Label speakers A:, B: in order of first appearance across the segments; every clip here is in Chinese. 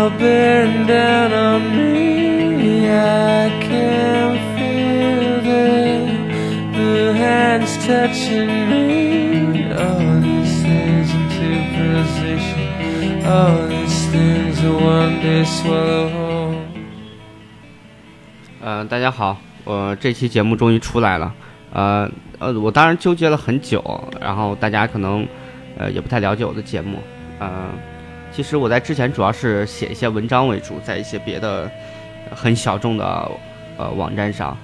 A: all bearing down on me. I can feel the hands touching me. All these things into position. All these things will one day swallow whole.
B: 大家好，我这期节目终于出来了。我当然纠结了很久，然后大家可能也不太了解我的节目。其实我在之前主要是写一些文章为主，在一些别的很小众的网站上。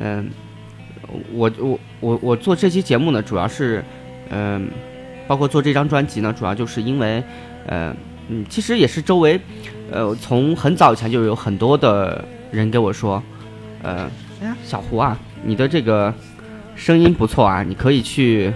B: 我做这期节目呢，主要是包括做这张专辑呢，主要就是因为其实也是周围从很早以前就有很多的人给我说，哎呀，小胡啊，你的这个声音不错啊，你可以去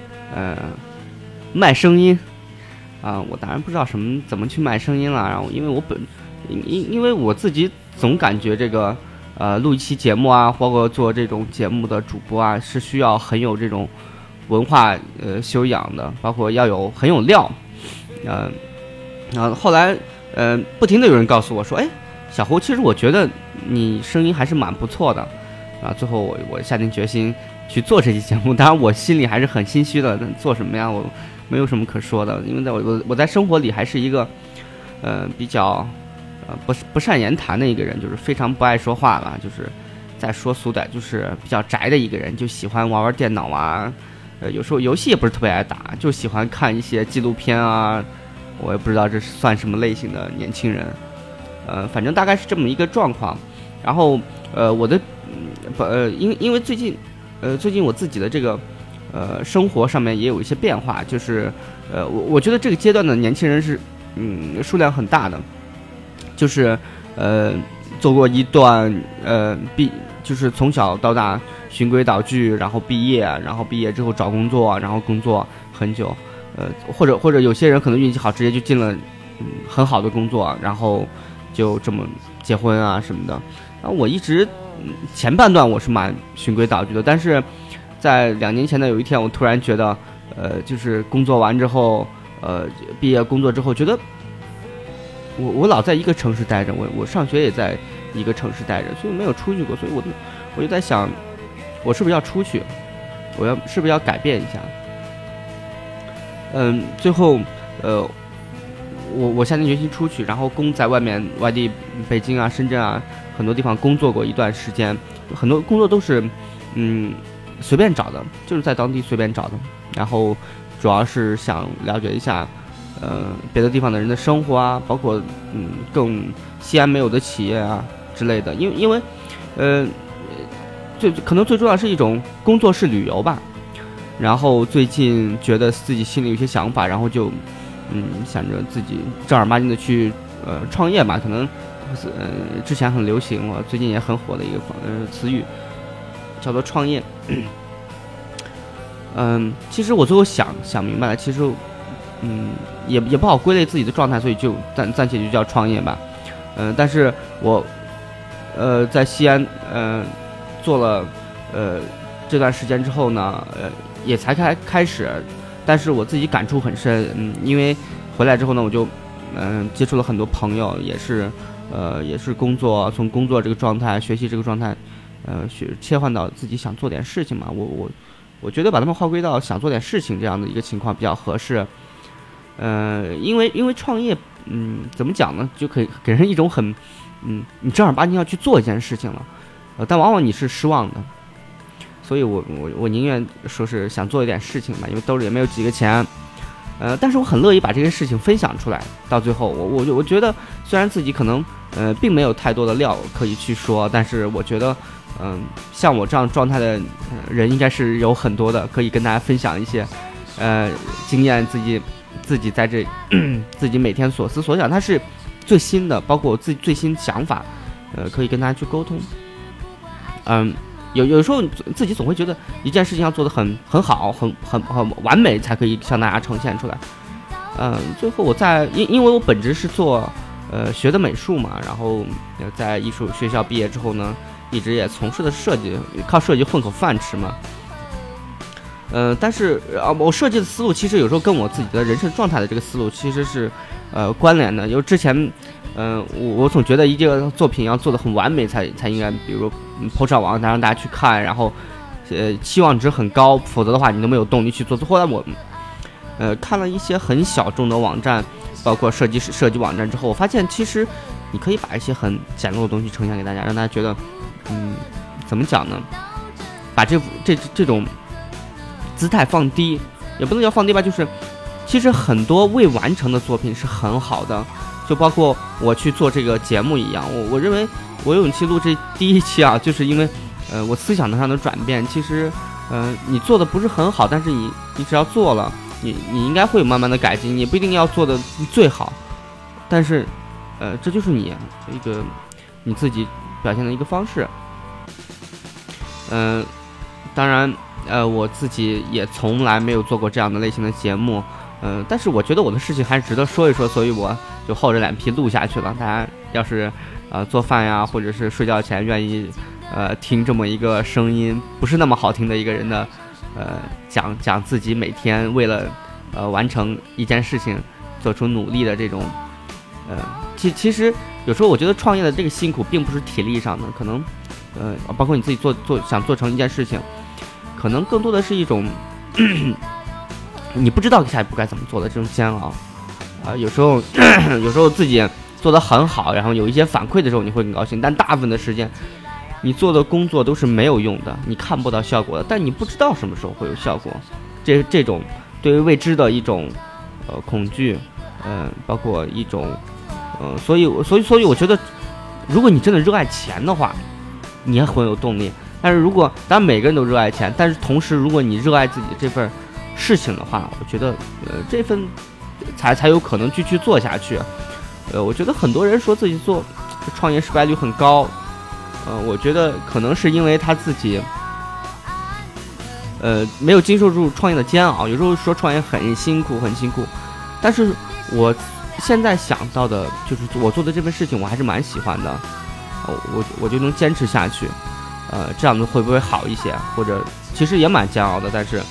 B: 卖声音啊。我当然不知道怎么去卖声音了，然后因为我自己总感觉这个录一期节目啊，包括做这种节目的主播啊，是需要很有这种文化修养的，包括要很有料。然后后来不停的有人告诉我说，哎，小胡，其实我觉得你声音还是蛮不错的啊。最后我下定决心去做这期节目，当然我心里还是很心虚的，做什么呀？我没有什么可说的，因为我在生活里还是一个比较不善言谈的一个人，就是非常不爱说话了，就是再说俗点就是比较宅的一个人，就喜欢玩电脑啊，有时候游戏也不是特别爱打，就喜欢看一些纪录片啊。我也不知道这算什么类型的年轻人，反正大概是这么一个状况。然后我的因为最近我自己的这个生活上面也有一些变化，就是我觉得这个阶段的年轻人是数量很大的，就是做过一段就是从小到大循规蹈矩，然后毕业之后找工作，然后工作很久。或者有些人可能运气好，直接就进了很好的工作，然后就这么结婚啊什么的。然后我一直前半段我是蛮循规蹈矩的，但是在2年前的有一天，我突然觉得就是工作完之后毕业工作之后，觉得我老在一个城市待着，我上学也在一个城市待着，所以没有出去过，所以我就在想，我是不是要出去，是不是要改变一下。最后我下定决心出去，然后在外地北京啊、深圳啊很多地方工作过一段时间，很多工作都是随便找的，就是在当地随便找的，然后主要是想了解一下别的地方的人的生活啊，包括更西安没有的企业啊之类的，因为可能最重要是一种工作式旅游吧。然后最近觉得自己心里有些想法，然后就想着自己正儿八经的去创业吧，可能之前很流行，我最近也很火的一个词语叫做创业。其实我最后想明白了，其实也不好归类自己的状态，所以就暂且就叫创业吧。但是我在西安做了这段时间之后呢，也才开始，但是我自己感触很深，因为回来之后呢，我就接触了很多朋友，也是从工作这个状态、学习这个状态，切换到自己想做点事情嘛。我觉得把他们划归到想做点事情这样的一个情况比较合适。因为创业，怎么讲呢，就可以给人一种很，你正儿八经要去做一件事情了，但往往你是失望的。所以我宁愿说是想做一点事情嘛，因为兜里也没有几个钱，但是我很乐意把这些事情分享出来。到最后，我觉得虽然自己可能并没有太多的料可以去说，但是我觉得像我这样状态的人应该是有很多的，可以跟大家分享一些经验，自己在这自己每天所思所想，它是最新的，包括我自己最新想法，可以跟大家去沟通。有时候自己总会觉得一件事情要做得很好，很完美，才可以向大家呈现出来。最后因为我本职是做学的美术嘛，然后在艺术学校毕业之后呢，一直也从事的设计，靠设计混口饭吃嘛。但是我设计的思路其实有时候跟我自己的人生状态的这个思路其实是关联的。因为之前我总觉得一个作品要做得很完美才应该，比如抛上网让大家去看，然后期望值很高，否则的话你都没有动力去做。后来我看了一些很小众的网站，包括设计网站之后，我发现其实你可以把一些很简陋的东西呈现给大家，让大家觉得怎么讲呢，把这种姿态放低，也不能叫放低吧，就是其实很多未完成的作品是很好的，就包括我去做这个节目一样，我认为我有勇气录这第一期啊，就是因为我思想上的转变。其实你做的不是很好，但是你只要做了，你应该会有慢慢的改进，你不一定要做的最好，但是这就是你一个你自己表现的一个方式。当然我自己也从来没有做过这样的类型的节目，但是我觉得我的事情还是值得说一说，所以我就厚着脸皮录下去了。大家要是做饭呀，或者是睡觉前愿意听这么一个声音不是那么好听的一个人的讲自己每天为了完成一件事情做出努力的这种其实有时候我觉得创业的这个辛苦并不是体力上的，可能包括你自己想做成一件事情，可能更多的是一种你不知道下一步该怎么做的这种煎熬有时候自己做得很好，然后有一些反馈的时候你会很高兴，但大部分的时间你做的工作都是没有用的，你看不到效果的，但你不知道什么时候会有效果，这种对于未知的一种恐惧，包括一种所以我觉得，如果你真的热爱钱的话，你也很有动力。但是如果当然每个人都热爱钱，但是同时如果你热爱自己这份事情的话，我觉得这份才有可能继续做下去。我觉得很多人说自己做创业失败率很高，我觉得可能是因为他自己没有经受住创业的煎熬。有时候说创业很辛苦，但是我现在想到的就是我做的这份事情我还是蛮喜欢的，我就能坚持下去。这样子会不会好一些？或者其实也蛮煎熬的，但是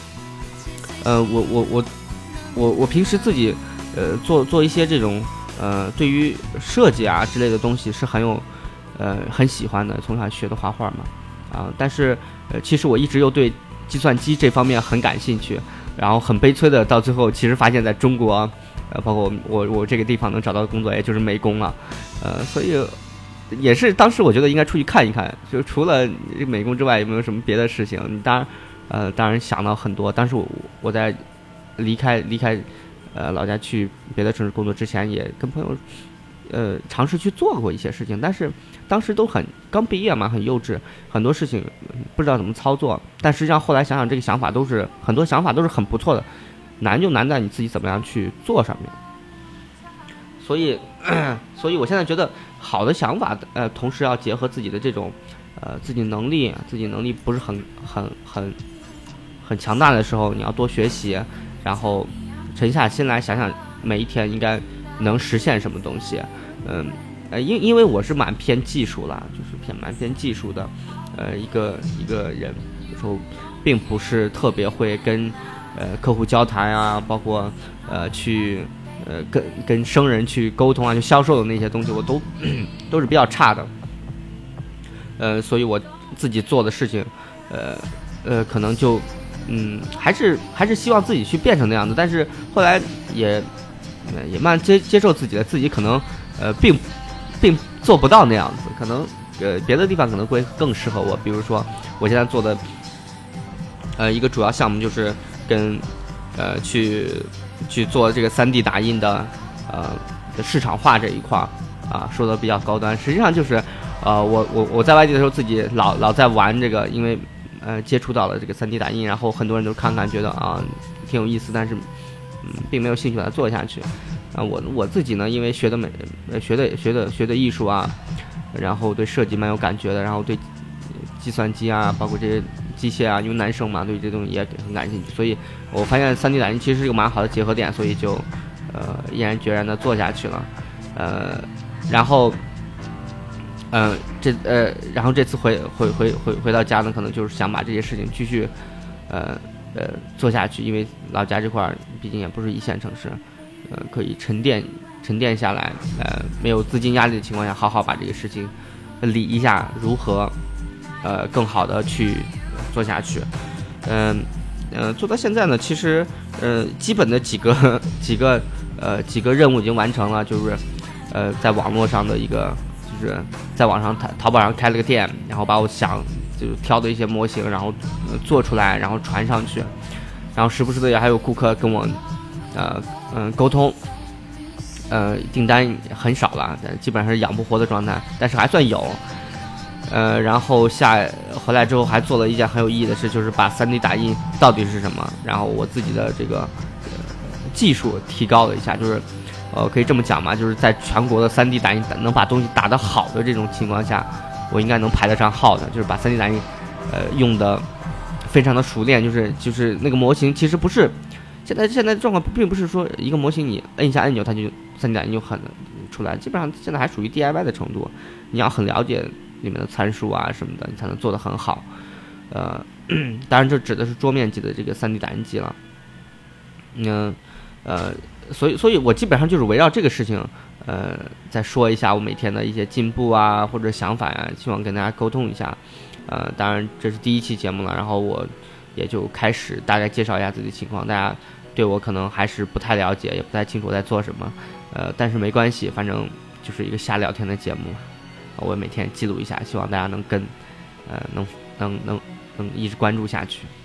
B: 我平时自己做一些这种对于设计啊之类的东西是很喜欢的，从小学的画画嘛但是其实我一直又对计算机这方面很感兴趣，然后很悲催的到最后其实发现在中国包括我这个地方能找到的工作也就是美工了，所以也是当时我觉得应该出去看一看，就除了美工之外有没有什么别的事情。你当然想到很多。当时我在离开老家去别的城市工作之前，也跟朋友尝试去做过一些事情，但是当时都刚毕业嘛，很幼稚，很多事情不知道怎么操作。但实际上后来想想，这个想法很多想法都是很不错的，难就难在你自己怎么样去做上面。所以我现在觉得好的想法同时要结合自己的这种自己能力不是很强大的时候，你要多学习，然后沉下心来想想每一天应该能实现什么东西。因为我是蛮偏技术啦，就是蛮偏技术的一个人，有时候并不是特别会跟客户交谈啊，包括去跟生人去沟通啊，就销售的那些东西我都是比较差的。所以我自己做的事情可能就还是希望自己去变成那样子，但是后来也慢接受自己可能并做不到那样子，可能别的地方可能会更适合我。比如说我现在做的一个主要项目就是跟去做这个3D 打印的市场化这一块说的比较高端，实际上就是我在外地的时候自己老在玩这个，因为接触到了这个3D 打印，然后很多人都看觉得挺有意思，但是并没有兴趣把它做下去。我自己呢，因为学的艺术啊，然后对设计蛮有感觉的，然后对计算机啊，包括这些机械啊，因为男生嘛，对这东西也很感兴趣，所以我发现3D 打印其实是一个蛮好的结合点，所以就毅然决然的做下去了。然后这次回到家呢，可能就是想把这些事情继续做下去，因为老家这块毕竟也不是一线城市，可以沉淀沉淀下来，没有资金压力的情况下，好好把这个事情理一下，如何更好的去做下去。做到现在呢，其实基本的几个任务已经完成了，就是在网络上的一个，就是在网上淘宝上开了个店，然后把我就是挑的一些模型，然后做出来，然后传上去，然后时不时的也还有顾客跟我沟通，订单很少了，基本上是养不活的状态，但是还算有。然后回来之后还做了一件很有意义的事，就是把 3D 打印到底是什么，然后我自己的这个技术提高了一下，就是可以这么讲嘛，就是在全国的 3D 打印能把东西打得好的这种情况下，我应该能排得上号的，就是把 3D 打印用的非常的熟练，就是那个模型其实不是现在的状况，并不是说一个模型你摁一下按钮它就 3D 打印就很出来，基本上现在还属于 DIY 的程度，你要很了解里面的参数啊什么的，你才能做得很好。当然这指的是桌面级的这个 3D 打印机了。所以我基本上就是围绕这个事情，再说一下我每天的一些进步啊或者想法呀，希望跟大家沟通一下。当然这是第1期节目了，然后我也就开始大概介绍一下自己的情况，大家对我可能还是不太了解，也不太清楚我在做什么，但是没关系，反正就是一个瞎聊天的节目，我每天记录一下，希望大家能能一直关注下去。